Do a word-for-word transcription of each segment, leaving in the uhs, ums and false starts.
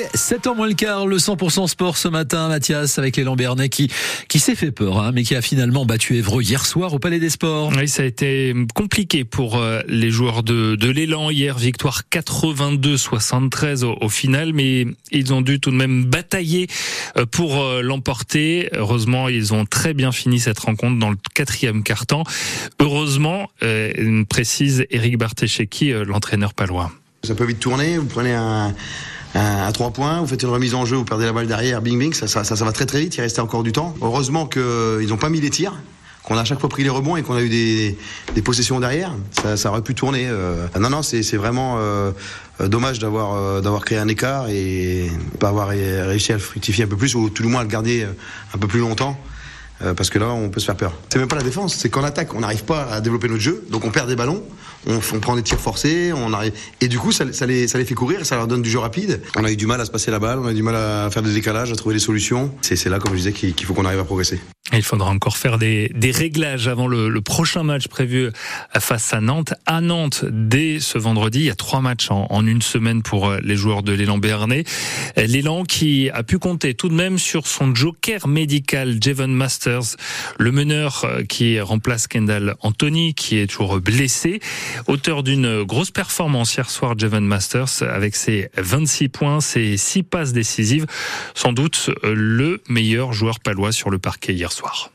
sept heures moins le quart, le cent pour cent sport ce matin, Mathias, avec l'élan béarnais qui, qui s'est fait peur, hein, mais qui a finalement battu Évreux hier soir au Palais des Sports. Oui, ça a été compliqué pour les joueurs de, de l'élan hier, victoire quatre-vingt-deux soixante-treize au, au final, mais ils ont dû tout de même batailler pour l'emporter. Heureusement, ils ont très bien fini cette rencontre dans le quatrième quart-temps. Heureusement, euh, précise Éric Barthécheki, l'entraîneur palois. Ça peut vite tourner, vous prenez un, un, un trois points, vous faites une remise en jeu, vous perdez la balle derrière, bing bing, ça, ça, ça, ça va très très vite, il restait encore du temps. Heureusement qu'ils n'ont pas mis les tirs, qu'on a à chaque fois pris les rebonds et qu'on a eu des, des possessions derrière, ça, ça aurait pu tourner. Euh, non, non, c'est, c'est vraiment euh, dommage d'avoir, euh, d'avoir créé un écart et pas avoir réussi à le fructifier un peu plus, ou tout le moins à le garder un peu plus longtemps. Parce que là, on peut se faire peur. C'est même pas la défense, c'est qu'en attaque, on n'arrive pas à développer notre jeu, donc on perd des ballons, on, on prend des tirs forcés, on arrive, et du coup, ça, ça, les, ça les fait courir, ça leur donne du jeu rapide. On a eu du mal à se passer la balle, on a eu du mal à faire des décalages, à trouver des solutions. C'est, c'est là, comme je disais, qu'il, qu'il faut qu'on arrive à progresser. Il faudra encore faire des, des réglages avant le, le prochain match prévu face à Nantes. À Nantes, dès ce vendredi, il y a trois matchs en, en une semaine pour les joueurs de l'élan béarnais. L'élan qui a pu compter tout de même sur son joker médical, Javon Masters, le meneur qui remplace Kendall Anthony, qui est toujours blessé. Auteur d'une grosse performance hier soir, Javon Masters, avec ses vingt-six points, ses six passes décisives. Sans doute le meilleur joueur palois sur le parquet hier soir.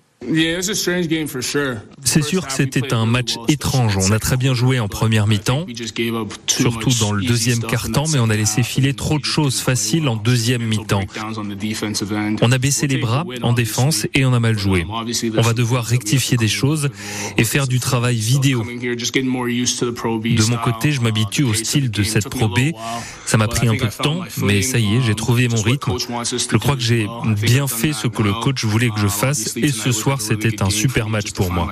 C'est sûr que c'était un match étrange. On a très bien joué en première mi-temps, surtout dans le deuxième quart-temps, mais on a laissé filer trop de choses faciles en deuxième mi-temps. On a baissé les bras en défense et on a mal joué. On va devoir rectifier des choses et faire du travail vidéo. De mon côté, je m'habitue au style de cette Pro B. Ça m'a pris un peu de temps, mais ça y est, j'ai trouvé mon rythme. Je crois que j'ai bien fait ce que le coach voulait que je fasse et ce soir, c'était un super match pour moi.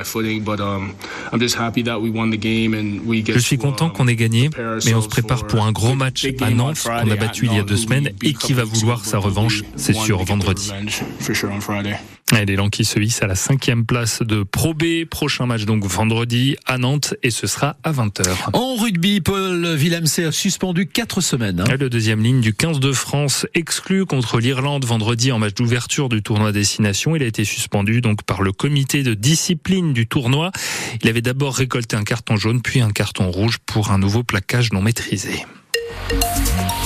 Je suis content qu'on ait gagné, mais on se prépare pour un gros match à Nantes qu'on a battu il y a deux semaines et qui va vouloir sa revanche, c'est sûr, vendredi. Et l'élan qui se hisse à la cinquième place de Pro B. Prochain match donc vendredi à Nantes et ce sera à vingt heures. En rugby, Paul Villemc a suspendu quatre semaines. Hein. Le deuxième ligne du quinze de France exclu contre l'Irlande vendredi en match d'ouverture du tournoi Destination. Il a été suspendu donc par le comité de discipline du tournoi. Il avait d'abord récolté un carton jaune puis un carton rouge pour un nouveau plaquage non maîtrisé.